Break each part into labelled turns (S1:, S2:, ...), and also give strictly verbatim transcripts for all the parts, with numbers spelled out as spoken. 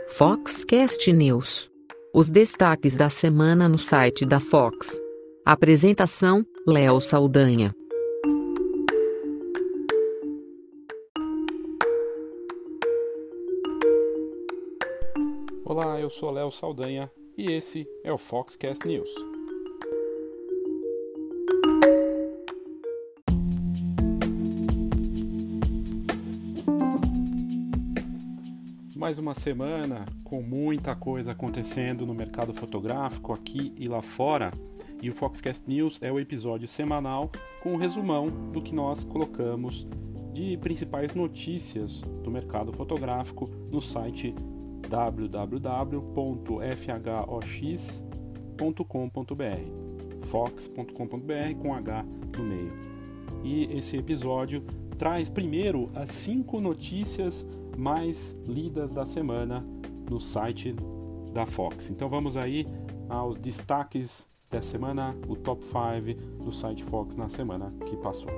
S1: Foxcast News. Os destaques da semana no site da Fox. Apresentação: Léo Saldanha.
S2: Olá, eu sou Léo Saldanha e esse é o Foxcast News. Mais uma semana com muita coisa acontecendo no mercado fotográfico aqui e lá fora, e o Foxcast News é o episódio semanal com um resumão do que nós colocamos de principais notícias do mercado fotográfico no site w w w ponto f h o x ponto com ponto b r, fox ponto com ponto b r com H no meio. E esse episódio traz primeiro as cinco notícias mais lidas da semana no site da Fox. Então vamos aí aos destaques da semana, o top cinco do site Fox na semana que passou.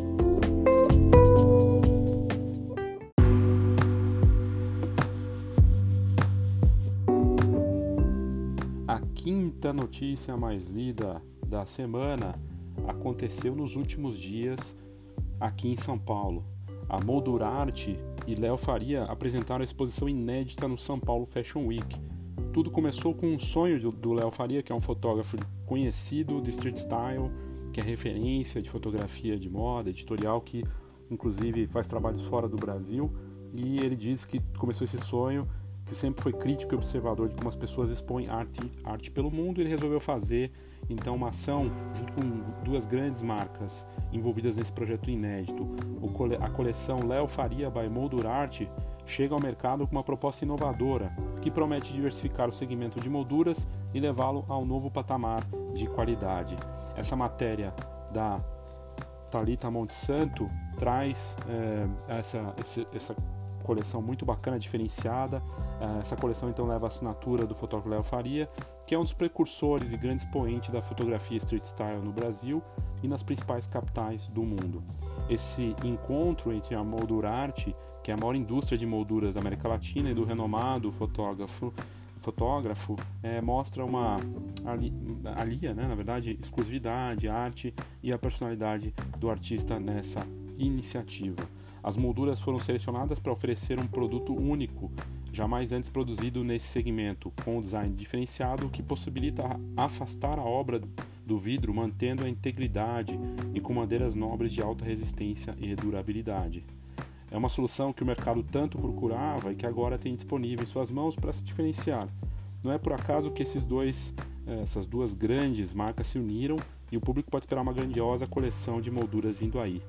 S2: A quinta notícia mais lida da semana aconteceu nos últimos dias aqui em São Paulo. A Moldurart e Léo Faria apresentaram a exposição inédita no São Paulo Fashion Week. Tudo começou com um sonho do Léo Faria, que é um fotógrafo conhecido de street style, que é referência de fotografia de moda, editorial, que inclusive faz trabalhos fora do Brasil. E ele diz que começou esse sonho, que sempre foi crítico e observador de como as pessoas expõem arte, arte pelo mundo, e ele resolveu fazer então uma ação junto com duas grandes marcas envolvidas nesse projeto inédito. O cole, a coleção Léo Faria by Moldurart chega ao mercado com uma proposta inovadora que promete diversificar o segmento de molduras e levá-lo a um novo patamar de qualidade. Essa matéria da Thalita Montesanto traz é, essa, essa, essa coleção muito bacana, diferenciada. Essa coleção então leva a assinatura do fotógrafo Léo Faria, que é um dos precursores e grande expoente da fotografia street style no Brasil e nas principais capitais do mundo. Esse encontro entre a Moldurart, que é a maior indústria de molduras da América Latina, e do renomado fotógrafo, fotógrafo é, mostra uma ali, alia, né, na verdade, exclusividade, arte e a personalidade do artista nessa iniciativa. As molduras foram selecionadas para oferecer um produto único, jamais antes produzido nesse segmento, com um design diferenciado que possibilita afastar a obra do vidro, mantendo a integridade e com madeiras nobres de alta resistência e durabilidade. É uma solução que o mercado tanto procurava e que agora tem disponível em suas mãos para se diferenciar. Não é por acaso que esses dois, essas duas grandes marcas se uniram, e o público pode esperar uma grandiosa coleção de molduras vindo aí.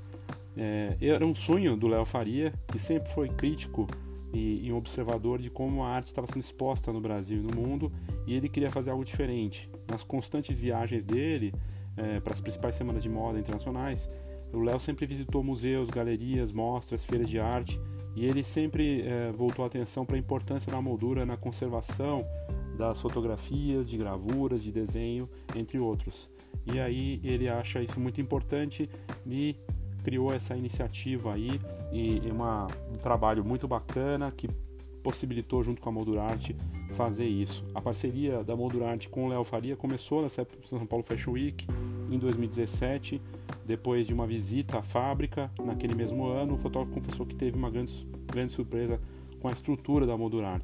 S2: É, era um sonho do Léo Faria, que sempre foi crítico e, e um observador de como a arte estava sendo exposta no Brasil e no mundo, e ele queria fazer algo diferente. Nas constantes viagens dele é, para as principais semanas de moda internacionais, o Léo sempre visitou museus, galerias, mostras, feiras de arte, e ele sempre é, voltou a atenção para a importância da moldura na conservação das fotografias, de gravuras, de desenho, entre outros. E aí ele acha isso muito importante e criou essa iniciativa aí, e uma, um trabalho muito bacana que possibilitou, junto com a Moldurart, fazer isso. A parceria da Moldurart com o Léo Faria começou na São Paulo Fashion Week em dois mil e dezessete, depois de uma visita à fábrica. Naquele mesmo ano, o fotógrafo confessou que teve uma grande, grande surpresa com a estrutura da Moldurart.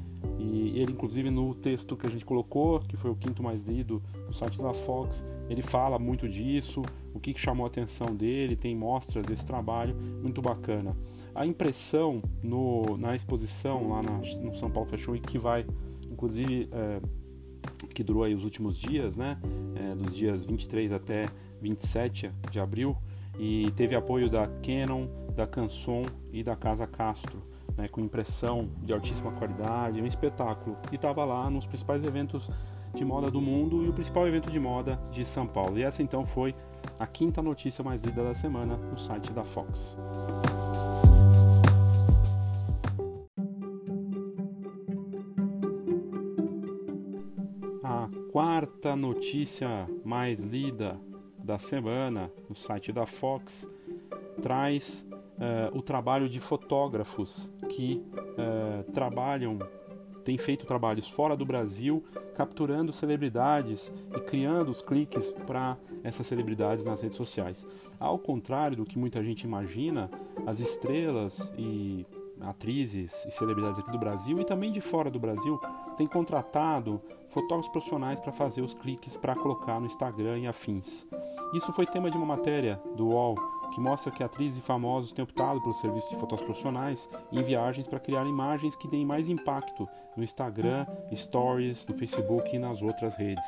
S2: E ele, inclusive, no texto que a gente colocou, que foi o quinto mais lido no site da Fox, ele fala muito disso, o que chamou a atenção dele, tem mostras desse trabalho, muito bacana. A impressão no, na exposição lá na, no São Paulo Fashion Week, que vai, inclusive, é, que durou aí os últimos dias, né, é, dos dias vinte e três até vinte e sete de abril, e teve apoio da Canon, da Canson e da Casa Castro, né, com impressão de altíssima qualidade, um espetáculo, e estava lá nos principais eventos de moda do mundo e o principal evento de moda de São Paulo. E essa então foi a quinta notícia mais lida da semana no site da Fox. A quarta notícia mais lida da semana no site da Fox traz uh, o trabalho de fotógrafos que uh, trabalham tem feito trabalhos fora do Brasil, capturando celebridades e criando os cliques para essas celebridades nas redes sociais. Ao contrário do que muita gente imagina, as estrelas e atrizes e celebridades aqui do Brasil e também de fora do Brasil têm contratado fotógrafos profissionais para fazer os cliques para colocar no Instagram e afins. Isso foi tema de uma matéria do U O L que mostra que atrizes e famosos têm optado pelo serviço de fotógrafos profissionais em viagens para criar imagens que deem mais impacto no Instagram, Stories, no Facebook e nas outras redes.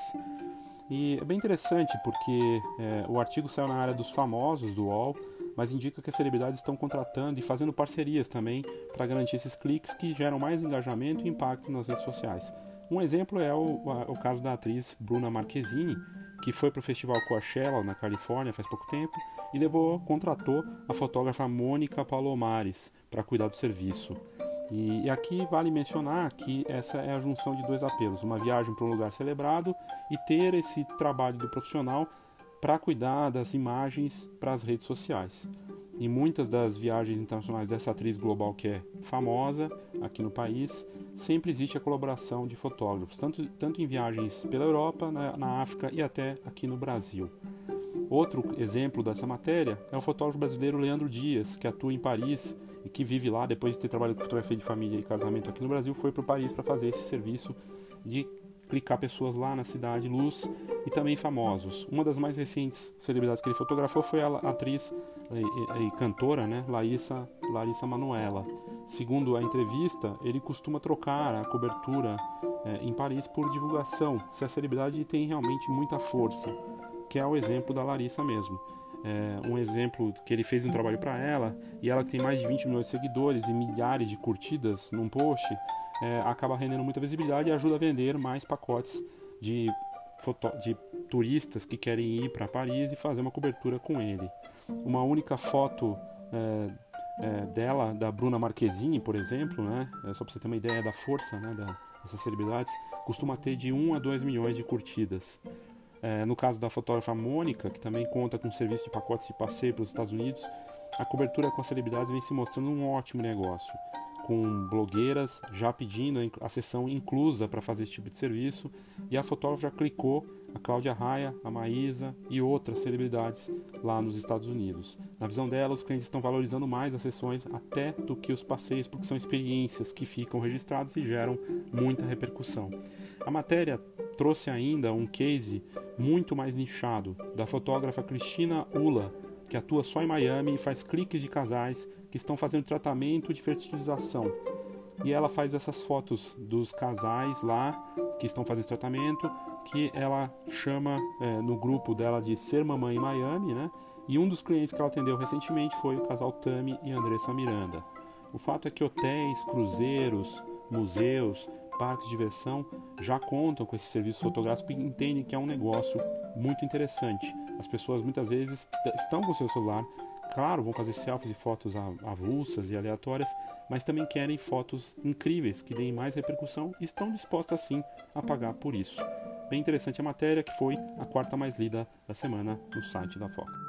S2: E é bem interessante porque é, o artigo saiu na área dos famosos do U O L, mas indica que as celebridades estão contratando e fazendo parcerias também para garantir esses cliques que geram mais engajamento e impacto nas redes sociais. Um exemplo é o, o caso da atriz Bruna Marquezine, que foi para o Festival Coachella na Califórnia faz pouco tempo e levou, contratou a fotógrafa Mônica Palomares para cuidar do serviço. E, e aqui vale mencionar que essa é a junção de dois apelos, uma viagem para um lugar celebrado e ter esse trabalho do profissional para cuidar das imagens para as redes sociais. Em muitas das viagens internacionais dessa atriz global que é famosa aqui no país, sempre existe a colaboração de fotógrafos, tanto, tanto em viagens pela Europa, na, na África e até aqui no Brasil. Outro exemplo dessa matéria é o fotógrafo brasileiro Leandro Dias, que atua em Paris e que vive lá depois de ter trabalhado com fotografia de família e casamento aqui no Brasil, foi para o Paris para fazer esse serviço de clicar pessoas lá na cidade, luz e também famosos. Uma das mais recentes celebridades que ele fotografou foi a atriz e, e, e cantora, né, Larissa, Larissa Manoela. Segundo a entrevista, ele costuma trocar a cobertura é, em Paris por divulgação, se a celebridade tem realmente muita força, que é o exemplo da Larissa mesmo. É, um exemplo que ele fez um trabalho para ela, e ela que tem mais de vinte milhões de seguidores e milhares de curtidas num post, É, acaba rendendo muita visibilidade e ajuda a vender mais pacotes de, foto- de turistas que querem ir para Paris e fazer uma cobertura com ele. Uma única foto é, é, dela, da Bruna Marquezine, por exemplo, né, é, só para você ter uma ideia da força, né, da, dessas celebridades, costuma ter de um a dois milhões de curtidas. É, no caso da fotógrafa Mônica, que também conta com um serviço de pacotes de passeio pelos Estados Unidos, a cobertura com as celebridades vem se mostrando um ótimo negócio, com blogueiras já pedindo a sessão inclusa para fazer esse tipo de serviço, e a fotógrafa já clicou, a Cláudia Raia, a Maísa e outras celebridades lá nos Estados Unidos. Na visão dela, os clientes estão valorizando mais as sessões até do que os passeios, porque são experiências que ficam registradas e geram muita repercussão. A matéria trouxe ainda um case muito mais nichado, da fotógrafa Cristina Ula, que atua só em Miami e faz cliques de casais que estão fazendo tratamento de fertilização. E ela faz essas fotos dos casais lá que estão fazendo esse tratamento, que ela chama é, no grupo dela de Ser Mamãe em Miami, né? E um dos clientes que ela atendeu recentemente foi o casal Tami e Andressa Miranda. O fato é que hotéis, cruzeiros, museus, parques de diversão já contam com esse serviço fotográfico e entendem que é um negócio muito interessante. As pessoas muitas vezes estão com o seu celular, claro, vão fazer selfies e fotos avulsas e aleatórias, mas também querem fotos incríveis que deem mais repercussão e estão dispostas sim a pagar por isso. Bem interessante a matéria, que foi a quarta mais lida da semana no site da Fox.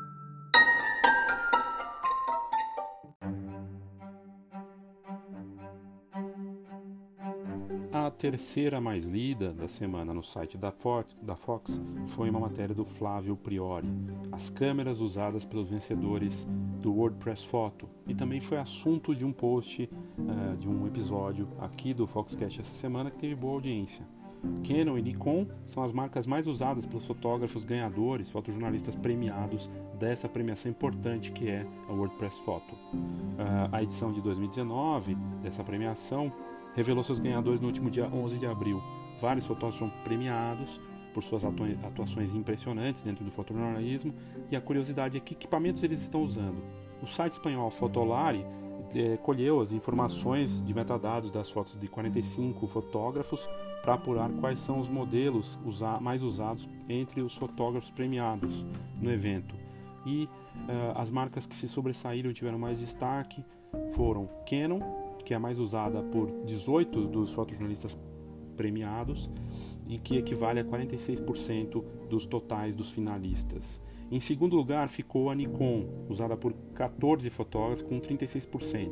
S2: A terceira mais lida da semana no site da Fox, da Fox foi uma matéria do Flávio Priori, as câmeras usadas pelos vencedores do WordPress Photo, e também foi assunto de um post, uh, de um episódio aqui do Foxcast essa semana que teve boa audiência. Canon e Nikon são as marcas mais usadas pelos fotógrafos ganhadores, fotojornalistas premiados dessa premiação importante que é a WordPress Photo. Uh, a edição de dois mil e dezenove dessa premiação revelou seus ganhadores no último dia onze de abril. Vários fotógrafos foram premiados por suas atuações impressionantes dentro do fotojornalismo, e a curiosidade é que equipamentos eles estão usando. O site espanhol Fotolari eh, colheu as informações de metadados das fotos de quarenta e cinco fotógrafos para apurar quais são os modelos usa- mais usados entre os fotógrafos premiados no evento. E eh, as marcas que se sobressaíram e tiveram mais destaque foram Canon, que é a mais usada por dezoito dos fotojornalistas premiados e que equivale a quarenta e seis por cento dos totais dos finalistas. Em segundo lugar ficou a Nikon, usada por quatorze fotógrafos com trinta e seis por cento.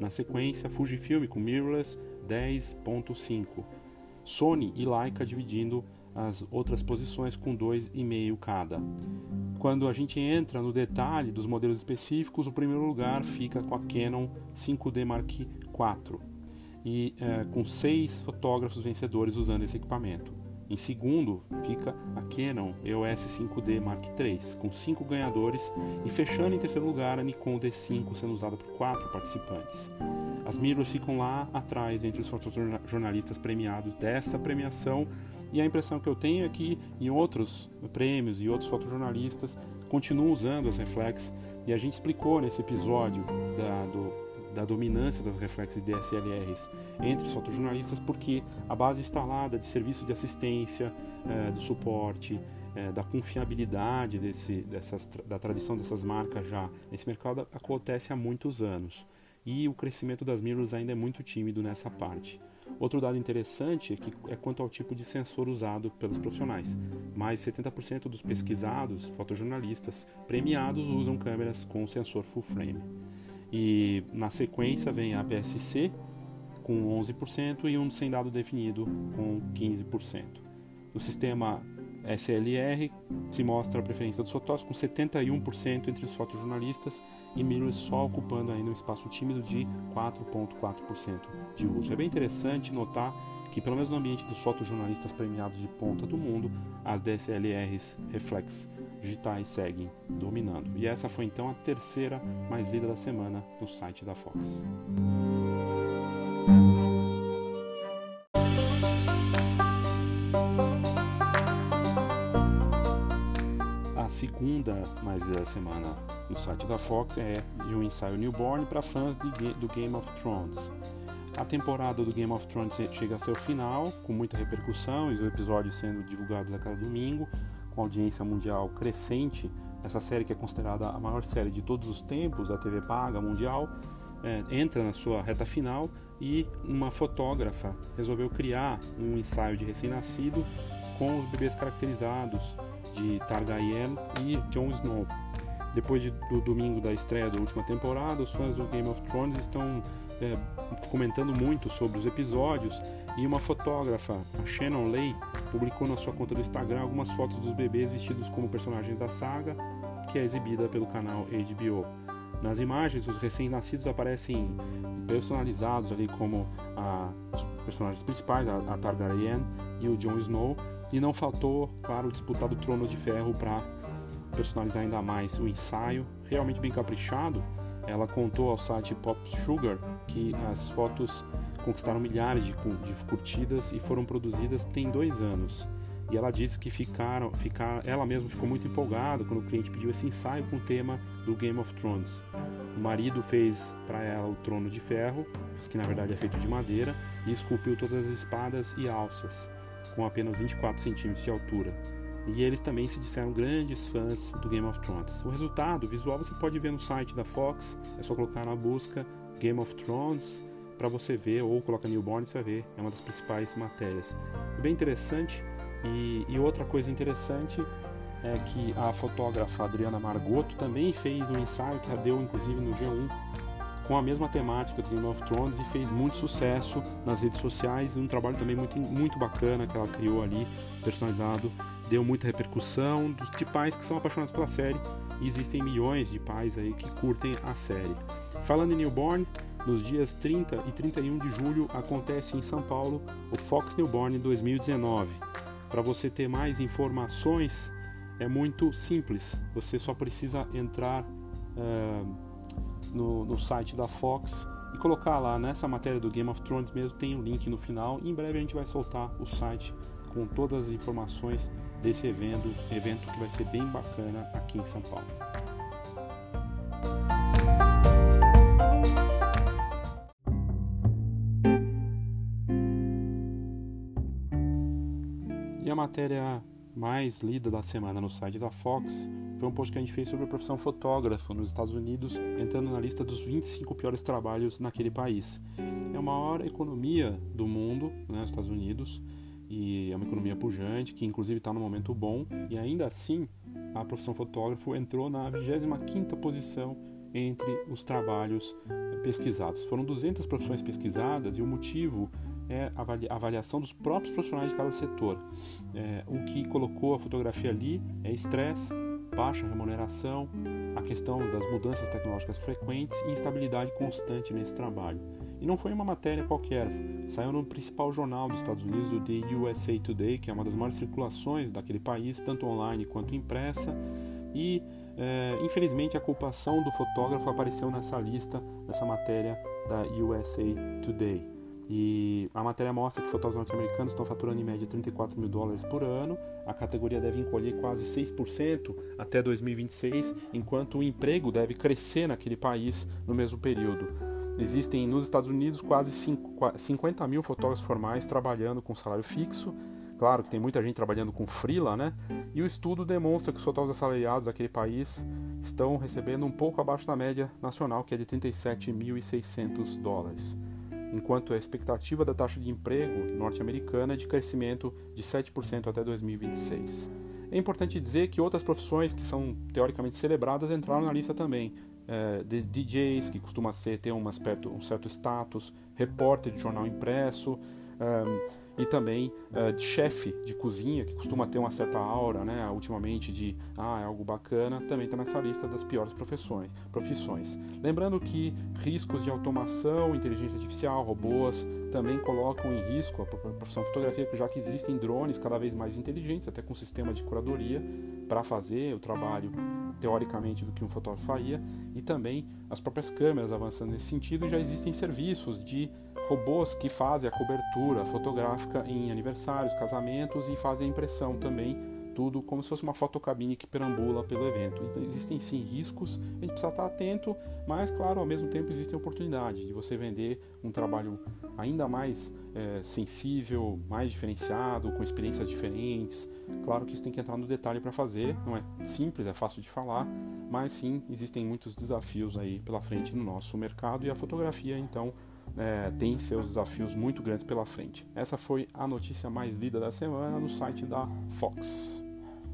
S2: Na sequência, Fujifilm com Mirrorless dez ponto cinco. Sony e Leica dividindo as outras posições com dois vírgula cinco cada. Quando a gente entra no detalhe dos modelos específicos, o primeiro lugar fica com a Canon cinco D Mark quatro, e é, com seis fotógrafos vencedores usando esse equipamento. Em segundo fica a Canon E O S cinco D Mark três, com cinco ganhadores, e fechando em terceiro lugar a Nikon D cinco, sendo usada por quatro participantes. As mirrors ficam lá atrás entre os fotojornalistas premiados dessa premiação, e a impressão que eu tenho é que em outros prêmios e outros fotojornalistas continuam usando as reflex, e a gente explicou nesse episódio da, do, da dominância das reflex D S L Rs entre os fotojornalistas, porque a base instalada de serviço de assistência, eh, do suporte, eh, da confiabilidade desse, dessas, da tradição dessas marcas já nesse mercado acontece há muitos anos, e o crescimento das mirrors ainda é muito tímido nessa parte. Outro dado interessante é, que é quanto ao tipo de sensor usado pelos profissionais. Mais de setenta por cento dos pesquisados fotojornalistas premiados usam câmeras com sensor full frame. E na sequência vem a A P S C com onze por cento e um sem dado definido com quinze por cento. O sistema S L R se mostra a preferência dos fotógrafos com setenta e um por cento entre os fotojornalistas, e mirrorless só ocupando ainda um espaço tímido de quatro vírgula quatro por cento de uso. É bem interessante notar que, pelo menos no ambiente dos fotojornalistas premiados de ponta do mundo, as D S L Rs reflex digitais seguem dominando. E essa foi então a terceira mais lida da semana no site da Fox. A segunda mais lida da semana no site da Fox é de um ensaio newborn para fãs de, do Game of Thrones. A temporada do Game of Thrones chega a seu final, com muita repercussão, e os episódios sendo divulgados a cada domingo, com audiência mundial crescente. Essa série, que é considerada a maior série de todos os tempos da T V paga mundial, é, entra na sua reta final, e uma fotógrafa resolveu criar um ensaio de recém-nascido com os bebês caracterizados de Targaryen e Jon Snow. Depois de, do domingo da estreia da última temporada, os fãs do Game of Thrones estão é, comentando muito sobre os episódios, e uma fotógrafa, a Shannon Lay, publicou na sua conta do Instagram algumas fotos dos bebês vestidos como personagens da saga, que é exibida pelo canal H B O. Nas imagens, os recém-nascidos aparecem personalizados ali como a, os personagens principais, a, a Targaryen e o Jon Snow, e não faltou, claro, o disputado Trono de Ferro para personalizar ainda mais o ensaio, realmente bem caprichado. Ela contou ao site Pop Sugar que as fotos conquistaram milhares de, de curtidas e foram produzidas tem dois anos. E ela disse que ficaram, ficar, ela mesma ficou muito empolgada quando o cliente pediu esse ensaio com o tema do Game of Thrones. O marido fez para ela o Trono de Ferro, que na verdade é feito de madeira, e esculpiu todas as espadas e alças, com apenas vinte e quatro centímetros de altura. E eles também se disseram grandes fãs do Game of Thrones. O resultado, o visual, você pode ver no site da Fox, é só colocar na busca Game of Thrones para você ver, ou coloca Newborn, você vai ver, é uma das principais matérias. É bem interessante. E, e outra coisa interessante é que a fotógrafa Adriana Margotto também fez um ensaio que deu inclusive no G um com a mesma temática do Game of Thrones, e fez muito sucesso nas redes sociais, um trabalho também muito, muito bacana que ela criou ali, personalizado, deu muita repercussão dos de pais que são apaixonados pela série, e existem milhões de pais aí que curtem a série. Falando em Newborn, nos dias trinta e trinta e um de julho acontece em São Paulo o Fox Newborn dois mil e dezenove. Para você ter mais informações, é muito simples. Você só precisa entrar uh, no, no site da Fox e colocar lá nessa matéria do Game of Thrones mesmo, tem um link no final. E em breve a gente vai soltar o site com todas as informações desse evento, evento que vai ser bem bacana aqui em São Paulo. E a matéria mais lida da semana no site da Fox foi um post que a gente fez sobre a profissão fotógrafo nos Estados Unidos, entrando na lista dos vinte e cinco piores trabalhos naquele país. É a maior economia do mundo, né, os Estados Unidos, e é uma economia pujante, que inclusive está num momento bom, e ainda assim a profissão fotógrafo entrou na vigésima quinta posição entre os trabalhos pesquisados. Foram duzentas profissões pesquisadas e o motivo é a avaliação dos próprios profissionais de cada setor. É, o que colocou a fotografia ali é estresse, baixa remuneração, a questão das mudanças tecnológicas frequentes e instabilidade constante nesse trabalho. E não foi uma matéria qualquer, saiu no principal jornal dos Estados Unidos, do The U S A Today, que é uma das maiores circulações daquele país, tanto online quanto impressa, e é, infelizmente a culpação do fotógrafo apareceu nessa lista, nessa matéria da U S A Today. E a matéria mostra que fotógrafos norte-americanos estão faturando em média trinta e quatro mil dólares por ano, a categoria deve encolher quase seis por cento até dois mil e vinte e seis, enquanto o emprego deve crescer naquele país no mesmo período. Existem nos Estados Unidos quase cinquenta mil fotógrafos formais trabalhando com salário fixo. Claro que tem muita gente trabalhando com freela, né? E o estudo demonstra que os fotógrafos assalariados daquele país estão recebendo um pouco abaixo da média nacional, que é de trinta e sete mil e seiscentos dólares. Enquanto a expectativa da taxa de emprego norte-americana é de crescimento de sete por cento até dois mil e vinte e seis. É importante dizer que outras profissões que são teoricamente celebradas entraram na lista também. É, D Js, que costuma ser, ter um, aspecto, um certo status, repórter de jornal impresso, um, e também uh, de chefe de cozinha, que costuma ter uma certa aura, né, ultimamente de ah, é algo bacana, também está nessa lista das piores profissões, profissões. Lembrando que riscos de automação, inteligência artificial, robôs, também colocam em risco a profissão fotográfica, já que existem drones cada vez mais inteligentes, até com sistema de curadoria, para fazer o trabalho, teoricamente, do que um fotógrafo faria, e também as próprias câmeras avançando nesse sentido, e já existem serviços de robôs que fazem a cobertura fotográfica em aniversários, casamentos e fazem a impressão também, tudo como se fosse uma fotocabine que perambula pelo evento. Então existem sim riscos, a gente precisa estar atento, mas claro, ao mesmo tempo existem oportunidades de você vender um trabalho ainda mais é, sensível, mais diferenciado, com experiências diferentes. Claro que isso tem que entrar no detalhe para fazer, não é simples, é fácil de falar, mas sim, existem muitos desafios aí pela frente no nosso mercado, e a fotografia então É, tem seus desafios muito grandes pela frente. Essa foi a notícia mais lida da semana no site da Fox.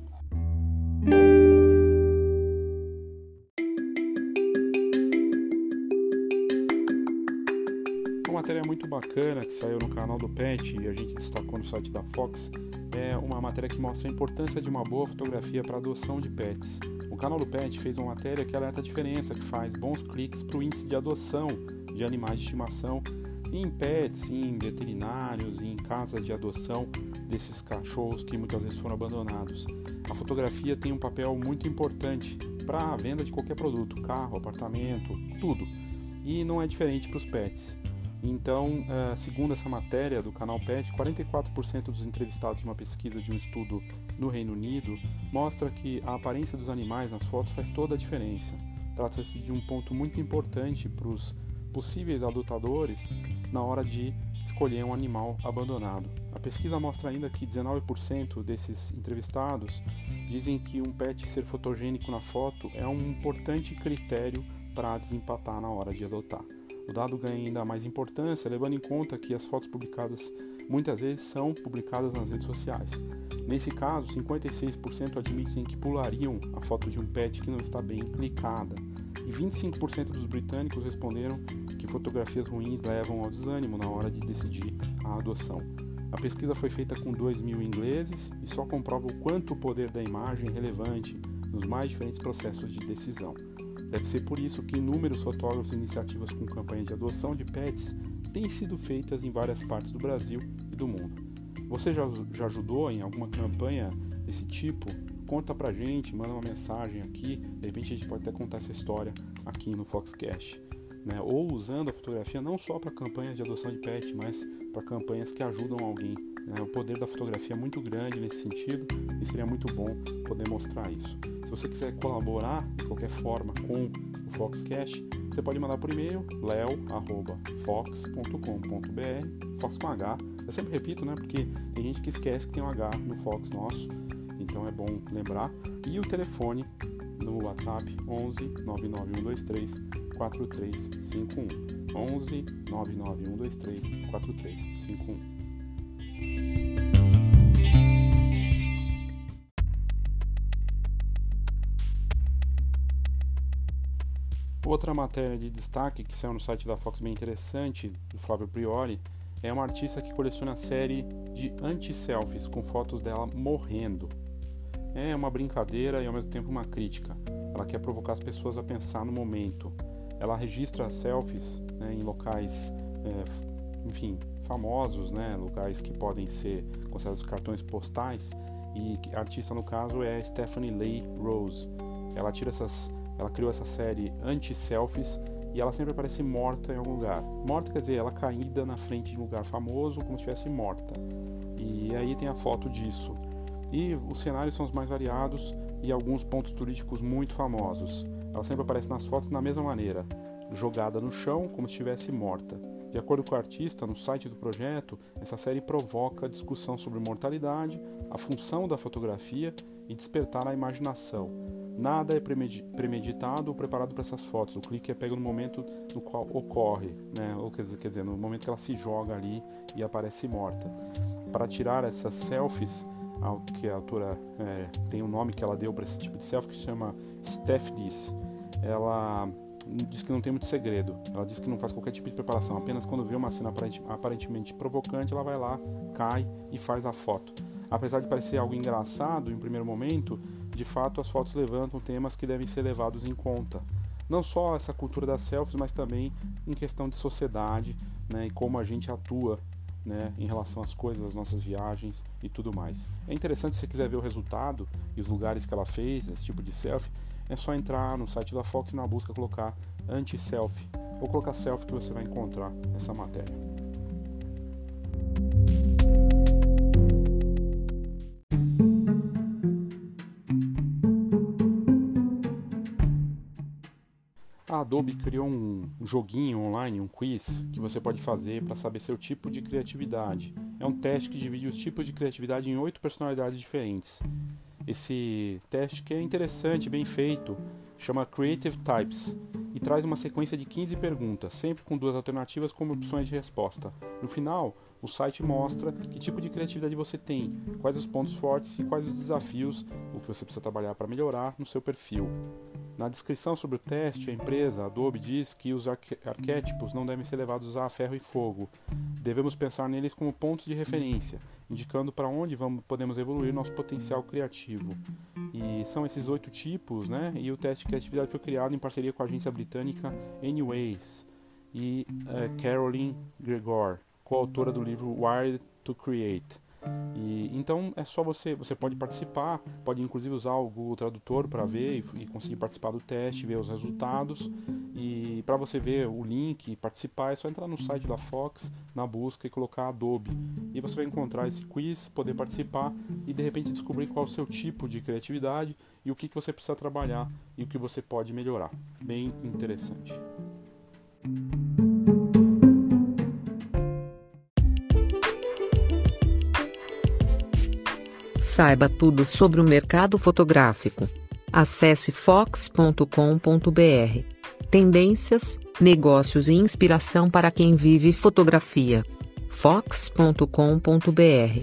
S2: Uma matéria muito bacana que saiu no canal do Pet e a gente destacou no site da Fox é uma matéria que mostra a importância de uma boa fotografia para a adoção de pets. O canal do Pet fez uma matéria que alerta a diferença que faz bons cliques para o índice de adoção de animais de estimação em pets, em veterinários, em casas de adoção desses cachorros que muitas vezes foram abandonados. A fotografia tem um papel muito importante para a venda de qualquer produto, carro, apartamento, tudo. E não é diferente para os pets. Então, segundo essa matéria do canal Pet, quarenta e quatro por cento dos entrevistados de uma pesquisa de um estudo no Reino Unido mostra que a aparência dos animais nas fotos faz toda a diferença. Trata-se de um ponto muito importante para os possíveis adotadores na hora de escolher um animal abandonado. A pesquisa mostra ainda que dezenove por cento desses entrevistados dizem que um pet ser fotogênico na foto é um importante critério para desempatar na hora de adotar. O dado ganha ainda mais importância, levando em conta que as fotos publicadas muitas vezes são publicadas nas redes sociais. Nesse caso, cinquenta e seis por cento admitem que pulariam a foto de um pet que não está bem clicada. E vinte e cinco por cento dos britânicos responderam que fotografias ruins levam ao desânimo na hora de decidir a adoção. A pesquisa foi feita com dois mil ingleses e só comprova o quanto o poder da imagem é relevante nos mais diferentes processos de decisão. Deve ser por isso que inúmeros fotógrafos e iniciativas com campanha de adoção de pets têm sido feitas em várias partes do Brasil e do mundo. Você já, já ajudou em alguma campanha desse tipo? Conta pra gente, manda uma mensagem aqui, de repente a gente pode até contar essa história aqui no Foxcast, né? Ou usando a fotografia não só para campanhas de adoção de pet, mas para campanhas que ajudam alguém, né? O poder da fotografia é muito grande nesse sentido e seria muito bom poder mostrar isso. Se você quiser colaborar de qualquer forma com o Foxcast, você pode mandar por e-mail leo arroba fox ponto com ponto b r, Fox com H. Eu sempre repito, né? Porque tem gente que esquece que tem um H no Fox nosso. Então é bom lembrar. E o telefone no WhatsApp onze nove nove um dois três quatro três cinco um. onze nove nove um dois três quatro três cinco um. Outra matéria de destaque que saiu no site da Fox bem interessante, do Flávio Priori, é uma artista que coleciona a série de anti-selfies com fotos dela morrendo. É uma brincadeira e ao mesmo tempo uma crítica. Ela quer provocar as pessoas a pensar no momento. Ela registra selfies, né, em locais, é, enfim, famosos, né, locais que podem ser considerados cartões postais. E a artista no caso é Stephanie Leigh Rose. Ela tira essas, ela criou essa série anti-selfies e ela sempre aparece morta em algum lugar. Morta quer dizer ela caída na frente de um lugar famoso, como se estivesse morta. E aí tem a foto disso. E os cenários são os mais variados e alguns pontos turísticos muito famosos. Ela sempre aparece nas fotos da mesma maneira, jogada no chão como se estivesse morta. De acordo com o artista, no site do projeto, essa série provoca discussão sobre mortalidade, a função da fotografia e despertar a imaginação. Nada é premeditado ou preparado para essas fotos. O clique é pego no momento no qual ocorre, né? Ou quer dizer, quer dizer, no momento que ela se joga ali e aparece morta. Para tirar essas selfies, que a autora é, tem um nome que ela deu para esse tipo de selfie, que se chama Stephdies. Ela diz que não tem muito segredo. Ela diz que não faz qualquer tipo de preparação. Apenas quando vê uma cena aparentemente provocante, ela vai lá, cai e faz a foto. Apesar de parecer algo engraçado em um primeiro momento, de fato as fotos levantam temas que devem ser levados em conta. Não só essa cultura das selfies, mas também em questão de sociedade, né, e como a gente atua, né, em relação às coisas, às nossas viagens e tudo mais. É interessante, se você quiser ver o resultado e os lugares que ela fez, esse tipo de selfie, é só entrar no site da Fox e na busca colocar anti-selfie, ou colocar selfie que você vai encontrar essa matéria. A Adobe criou um joguinho online, um quiz, que você pode fazer para saber seu tipo de criatividade. É um teste que divide os tipos de criatividade em oito personalidades diferentes. Esse teste, que é interessante, bem feito, chama Creative Types e traz uma sequência de quinze perguntas, sempre com duas alternativas como opções de resposta. No final, o site mostra que tipo de criatividade você tem, quais os pontos fortes e quais os desafios, o que você precisa trabalhar para melhorar no seu perfil. Na descrição sobre o teste, a empresa Adobe diz que os arque- arquétipos não devem ser levados a ferro e fogo. Devemos pensar neles como pontos de referência, indicando para onde vamos, podemos evoluir nosso potencial criativo. E são esses oito tipos, né? E o teste de criatividade foi criado em parceria com a agência britânica Anyways e uh, Caroline Gregor, coautora do livro Wired to Create. E, então é só você, você pode participar, pode inclusive usar o Google Tradutor para ver e, e conseguir participar do teste, ver os resultados. E para você ver o link e participar, é só entrar no site da Fox, na busca e colocar Adobe. E você vai encontrar esse quiz, poder participar e de repente descobrir qual é o seu tipo de criatividade e o que, que você precisa trabalhar e o que você pode melhorar. Bem interessante.
S1: Saiba tudo sobre o mercado fotográfico. Acesse fox ponto com ponto br. Tendências, negócios e inspiração para quem vive fotografia. fox ponto com ponto br.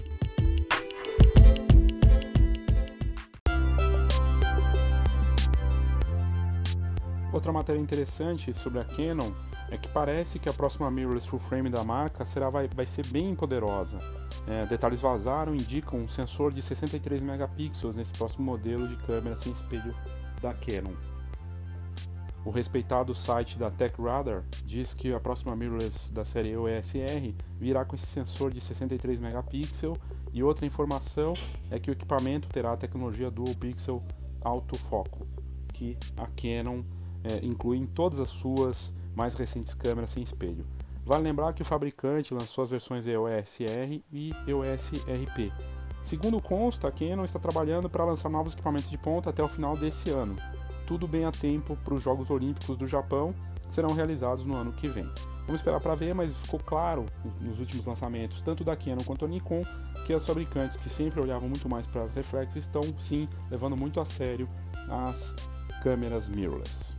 S2: Outra matéria interessante sobre a Canon é que parece que a próxima mirrorless full frame da marca será, vai, vai ser bem poderosa. É, detalhes vazaram indicam um sensor de sessenta e três megapixels nesse próximo modelo de câmera sem espelho da Canon. O respeitado site da TechRadar diz que a próxima mirrorless da série E O S R virá com esse sensor de sessenta e três megapixels, e outra informação é que o equipamento terá a tecnologia Dual Pixel Autofoco, que a Canon é, inclui em todas as suas mais recentes câmeras sem espelho. Vale lembrar que o fabricante lançou as versões E O S R e E O S R P. Segundo consta, a Canon está trabalhando para lançar novos equipamentos de ponta até o final desse ano. Tudo bem a tempo para os Jogos Olímpicos do Japão, que serão realizados no ano que vem. Vamos esperar para ver, mas ficou claro nos últimos lançamentos, tanto da Canon quanto da Nikon, que as fabricantes que sempre olhavam muito mais para as reflex estão sim levando muito a sério as câmeras mirrorless.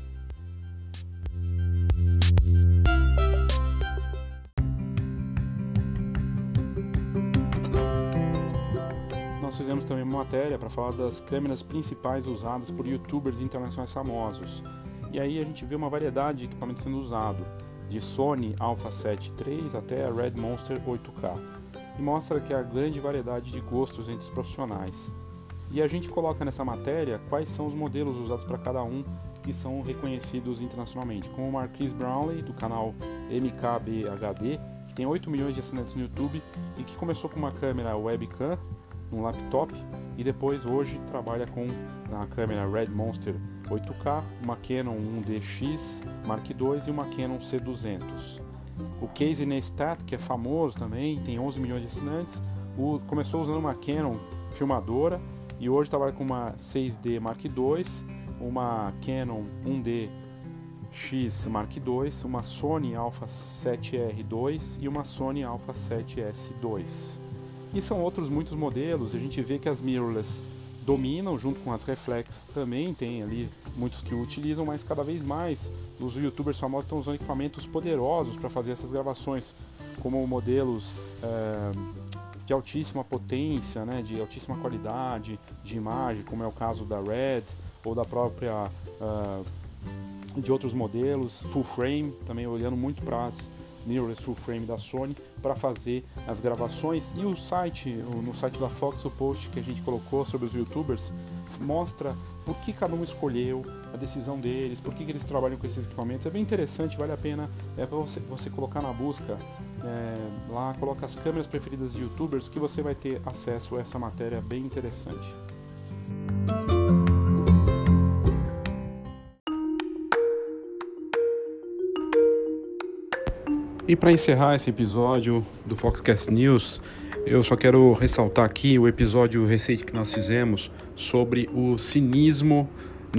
S2: Nós fizemos também uma matéria para falar das câmeras principais usadas por youtubers internacionais famosos. E aí a gente vê uma variedade de equipamentos sendo usado, de Sony Alpha sete três até a Red Monster oito K, e mostra que há grande variedade de gostos entre os profissionais. E a gente coloca nessa matéria quais são os modelos usados para cada um que são reconhecidos internacionalmente, como o Marquis Brownlee, do canal M K B H D, que tem oito milhões de assinantes no YouTube e que começou com uma câmera webcam, um laptop, e depois hoje trabalha com a câmera Red Monster oito K, uma Canon um D X Mark dois e uma Canon C duzentos. O Casey Neistat, que é famoso também, tem onze milhões de assinantes, o, começou usando uma Canon filmadora e hoje trabalha com uma seis D Mark dois, uma Canon um D X Mark dois, uma Sony Alpha sete R dois e uma Sony Alpha sete S dois. E são outros muitos modelos, a gente vê que as mirrorless dominam, junto com as reflex também, tem ali muitos que utilizam, mas cada vez mais os youtubers famosos estão usando equipamentos poderosos para fazer essas gravações, como modelos é, de altíssima potência, né, de altíssima qualidade de imagem, como é o caso da Red ou da própria uh, de outros modelos, full frame, também olhando muito para as mirrorless full frame da Sony para fazer as gravações. E o site, no site da Fox, o post que a gente colocou sobre os youtubers mostra por que cada um escolheu, a decisão deles, por que, que eles trabalham com esses equipamentos. É bem interessante, vale a pena é você, você colocar na busca, é, lá coloca as câmeras preferidas de youtubers, que você vai ter acesso a essa matéria bem interessante. E para encerrar esse episódio do Foxcast News, eu só quero ressaltar aqui o episódio recente que nós fizemos sobre o cinismo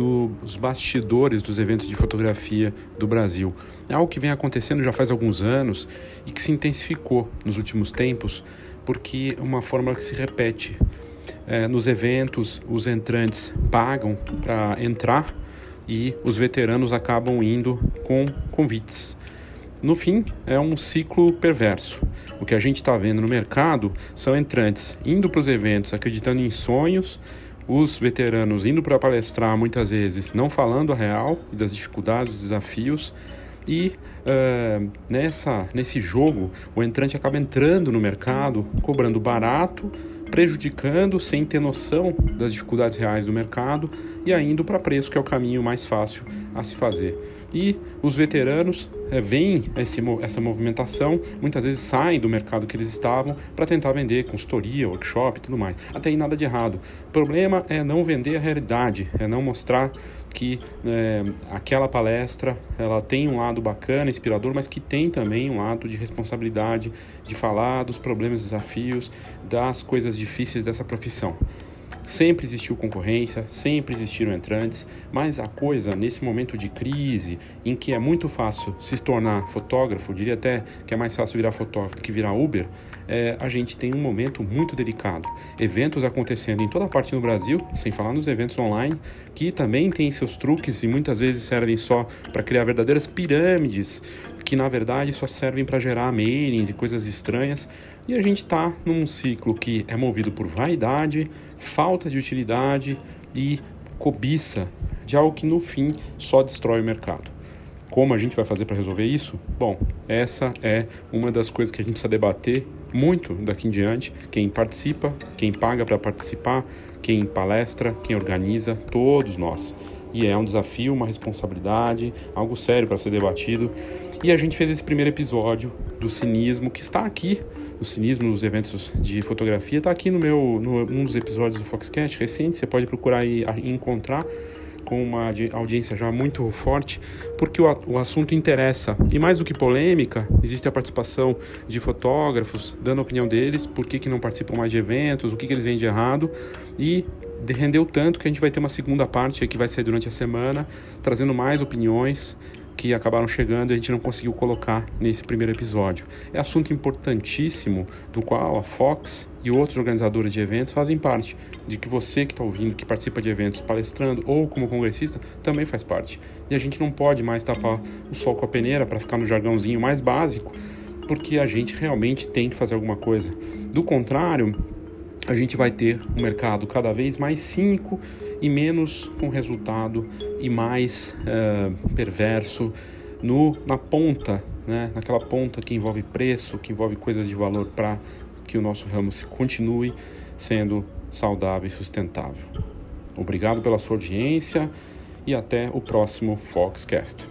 S2: nos bastidores dos eventos de fotografia do Brasil. É algo que vem acontecendo já faz alguns anos e que se intensificou nos últimos tempos, porque é uma fórmula que se repete. É, nos eventos, os entrantes pagam para entrar e os veteranos acabam indo com convites. No fim, é um ciclo perverso. O que a gente está vendo no mercado são entrantes indo para os eventos acreditando em sonhos, os veteranos indo para palestrar muitas vezes não falando a real das dificuldades, dos desafios, e uh, nessa, nesse jogo o entrante acaba entrando no mercado, cobrando barato, prejudicando sem ter noção das dificuldades reais do mercado e indo para preço, que é o caminho mais fácil a se fazer. E os veteranos é, veem esse, essa movimentação, muitas vezes saem do mercado que eles estavam para tentar vender consultoria, workshop e tudo mais. Até aí nada de errado. O problema é não vender a realidade, é não mostrar que é, aquela palestra ela tem um lado bacana, inspirador, mas que tem também um lado de responsabilidade, de falar dos problemas, desafios, das coisas difíceis dessa profissão. Sempre existiu concorrência, sempre existiram entrantes, mas a coisa, nesse momento de crise, em que é muito fácil se tornar fotógrafo, eu diria até que é mais fácil virar fotógrafo do que virar Uber, é, a gente tem um momento muito delicado. Eventos acontecendo em toda parte no Brasil, sem falar nos eventos online, que também têm seus truques e muitas vezes servem só para criar verdadeiras pirâmides, que na verdade só servem para gerar mailings e coisas estranhas. E a gente está num ciclo que é movido por vaidade, falta de utilidade e cobiça de algo que no fim só destrói o mercado. Como a gente vai fazer para resolver isso? Bom, essa é uma das coisas que a gente precisa debater muito daqui em diante. Quem participa, quem paga para participar, quem palestra, quem organiza, todos nós. E é um desafio, uma responsabilidade, algo sério para ser debatido. E a gente fez esse primeiro episódio do cinismo, que está aqui, o cinismo nos eventos de fotografia, está aqui no meu, no, num dos episódios do Foxcast recente, você pode procurar e encontrar, com uma audiência já muito forte, porque o, o assunto interessa. E mais do que polêmica, existe a participação de fotógrafos, dando a opinião deles, por que, que não participam mais de eventos, o que, que eles veem de errado, e rendeu tanto que a gente vai ter uma segunda parte que vai sair durante a semana, trazendo mais opiniões que acabaram chegando e a gente não conseguiu colocar nesse primeiro episódio. É assunto importantíssimo do qual a Fox e outros organizadores de eventos fazem parte, de que você que está ouvindo, que participa de eventos palestrando ou como congressista, também faz parte. E a gente não pode mais tapar o sol com a peneira para ficar no jargãozinho mais básico, porque a gente realmente tem que fazer alguma coisa. Do contrário, a gente vai ter um mercado cada vez mais cínico e menos com resultado e mais uh, perverso no, na ponta, né? Naquela ponta que envolve preço, que envolve coisas de valor para que o nosso ramo se continue sendo saudável e sustentável. Obrigado pela sua audiência e até o próximo Foxcast.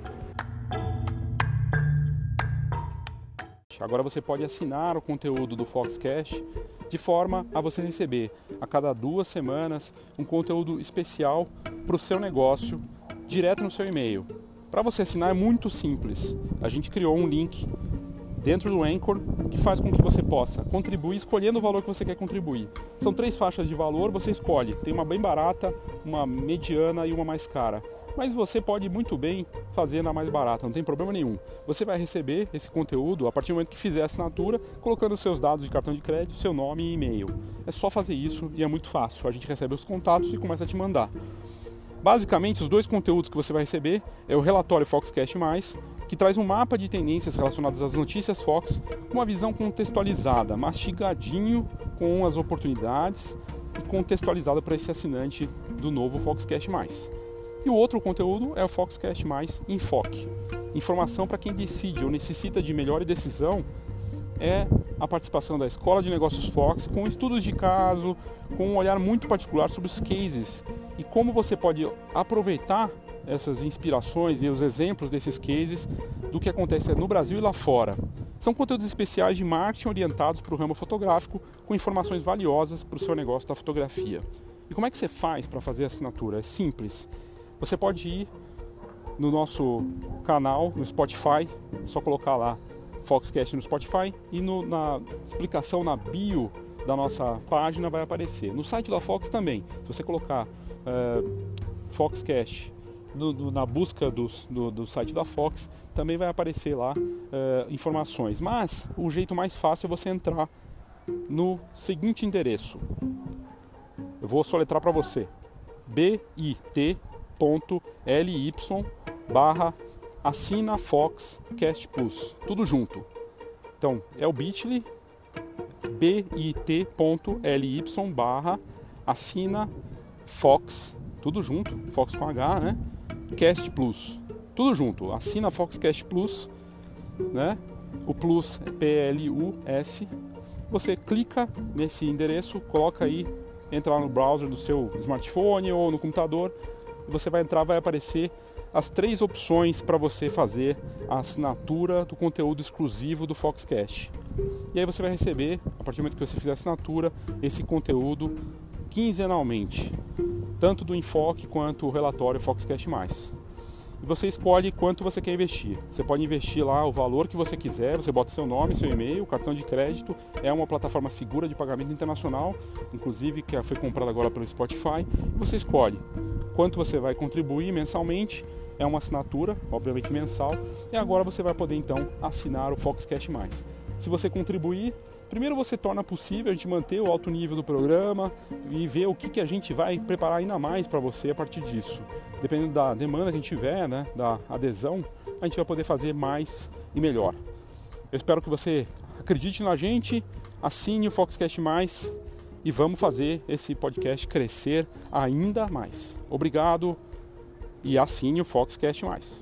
S2: Agora você pode assinar o conteúdo do Foxcast de forma a você receber a cada duas semanas um conteúdo especial para o seu negócio direto no seu e-mail. Para você assinar é muito simples. A gente criou um link dentro do Anchor que faz com que você possa contribuir escolhendo o valor que você quer contribuir. São três faixas de valor, você escolhe. Tem uma bem barata, uma mediana e uma mais cara. Mas você pode muito bem fazer na mais barata, não tem problema nenhum. Você vai receber esse conteúdo a partir do momento que fizer a assinatura, colocando os seus dados de cartão de crédito, seu nome e e-mail. É só fazer isso e é muito fácil. A gente recebe os contatos e começa a te mandar. Basicamente, os dois conteúdos que você vai receber é o relatório Foxcast mais, que traz um mapa de tendências relacionadas às notícias Fox, com uma visão contextualizada, mastigadinho com as oportunidades e contextualizada para esse assinante do novo Foxcast mais. E o outro conteúdo é o Foxcast mais Enfoque. Informação para quem decide ou necessita de melhor decisão é a participação da Escola de Negócios Fox com estudos de caso, com um olhar muito particular sobre os cases e como você pode aproveitar essas inspirações e os exemplos desses cases do que acontece no Brasil e lá fora. São conteúdos especiais de marketing orientados para o ramo fotográfico com informações valiosas para o seu negócio da fotografia. E como é que você faz para fazer a assinatura? É simples. Você pode ir no nosso canal, no Spotify, é só colocar lá Foxcast no Spotify e no, na explicação na bio da nossa página vai aparecer. No site da Fox também, se você colocar uh, Foxcast no, no, na busca do, do, do site da Fox, também vai aparecer lá uh, informações. Mas o jeito mais fácil é você entrar no seguinte endereço. Eu vou soletrar para você. bit.ly barra assina Foxcast Plus, tudo junto. Então é o bit.ly bit.ly barra assina Fox, tudo junto, Fox com H, né? Cast Plus, tudo junto, assina Foxcast Plus, né? O Plus é P L U S. Você clica nesse endereço, coloca aí, entra lá no browser do seu smartphone ou no computador. Você vai entrar, vai aparecer as três opções para você fazer a assinatura do conteúdo exclusivo do Foxcast. E aí você vai receber, a partir do momento que você fizer a assinatura, esse conteúdo quinzenalmente, tanto do Enfoque quanto o relatório Foxcast mais. E você escolhe quanto você quer investir. Você pode investir lá o valor que você quiser, você bota seu nome, seu e-mail, cartão de crédito. É uma plataforma segura de pagamento internacional, inclusive que foi comprada agora pelo Spotify. E você escolhe quanto você vai contribuir mensalmente. É uma assinatura, obviamente mensal. E agora você vai poder então assinar o Foxcast mais. Se você contribuir, primeiro você torna possível a gente manter o alto nível do programa e ver o que, que a gente vai preparar ainda mais para você a partir disso. Dependendo da demanda que a gente tiver, né, da adesão, a gente vai poder fazer mais e melhor. Eu espero que você acredite na gente, assine o Foxcast mais e vamos fazer esse podcast crescer ainda mais. Obrigado e assine o Foxcast mais.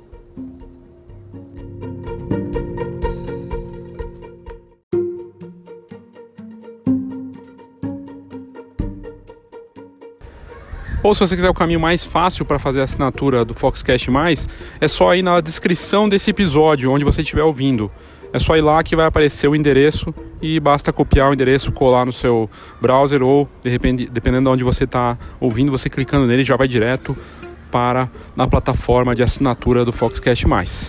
S2: Ou se você quiser o caminho mais fácil para fazer a assinatura do Foxcast mais, é só ir na descrição desse episódio, onde você estiver ouvindo. É só ir lá que vai aparecer o endereço e basta copiar o endereço, colar no seu browser ou, de repente, dependendo de onde você está ouvindo, você clicando nele já vai direto para na plataforma de assinatura do Foxcast mais.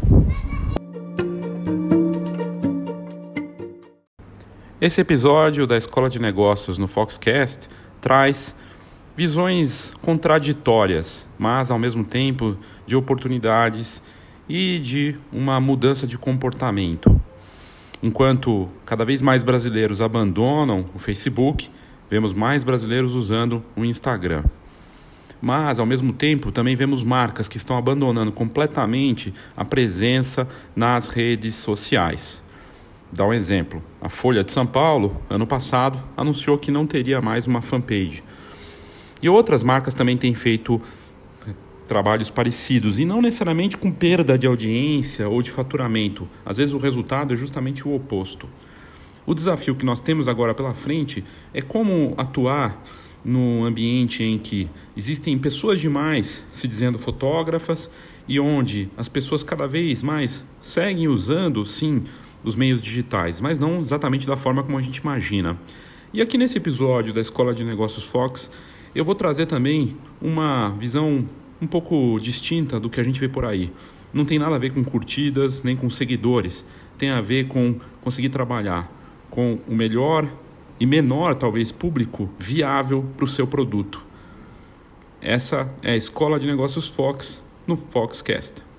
S2: Esse episódio da Escola de Negócios no Foxcast traz visões contraditórias, mas ao mesmo tempo de oportunidades e de uma mudança de comportamento. Enquanto cada vez mais brasileiros abandonam o Facebook, vemos mais brasileiros usando o Instagram. Mas, ao mesmo tempo, também vemos marcas que estão abandonando completamente a presença nas redes sociais. Dá um exemplo. A Folha de São Paulo, ano passado, anunciou que não teria mais uma fanpage. E outras marcas também têm feito trabalhos parecidos, e não necessariamente com perda de audiência ou de faturamento. Às vezes o resultado é justamente o oposto. O desafio que nós temos agora pela frente é como atuar num ambiente em que existem pessoas demais se dizendo fotógrafas e onde as pessoas cada vez mais seguem usando, sim, os meios digitais, mas não exatamente da forma como a gente imagina. E aqui nesse episódio da Escola de Negócios Fox, eu vou trazer também uma visão um pouco distinta do que a gente vê por aí. Não tem nada a ver com curtidas, nem com seguidores. Tem a ver com conseguir trabalhar com o melhor e menor, talvez, público viável para o seu produto. Essa é a Escola de Negócios Fox no Foxcast.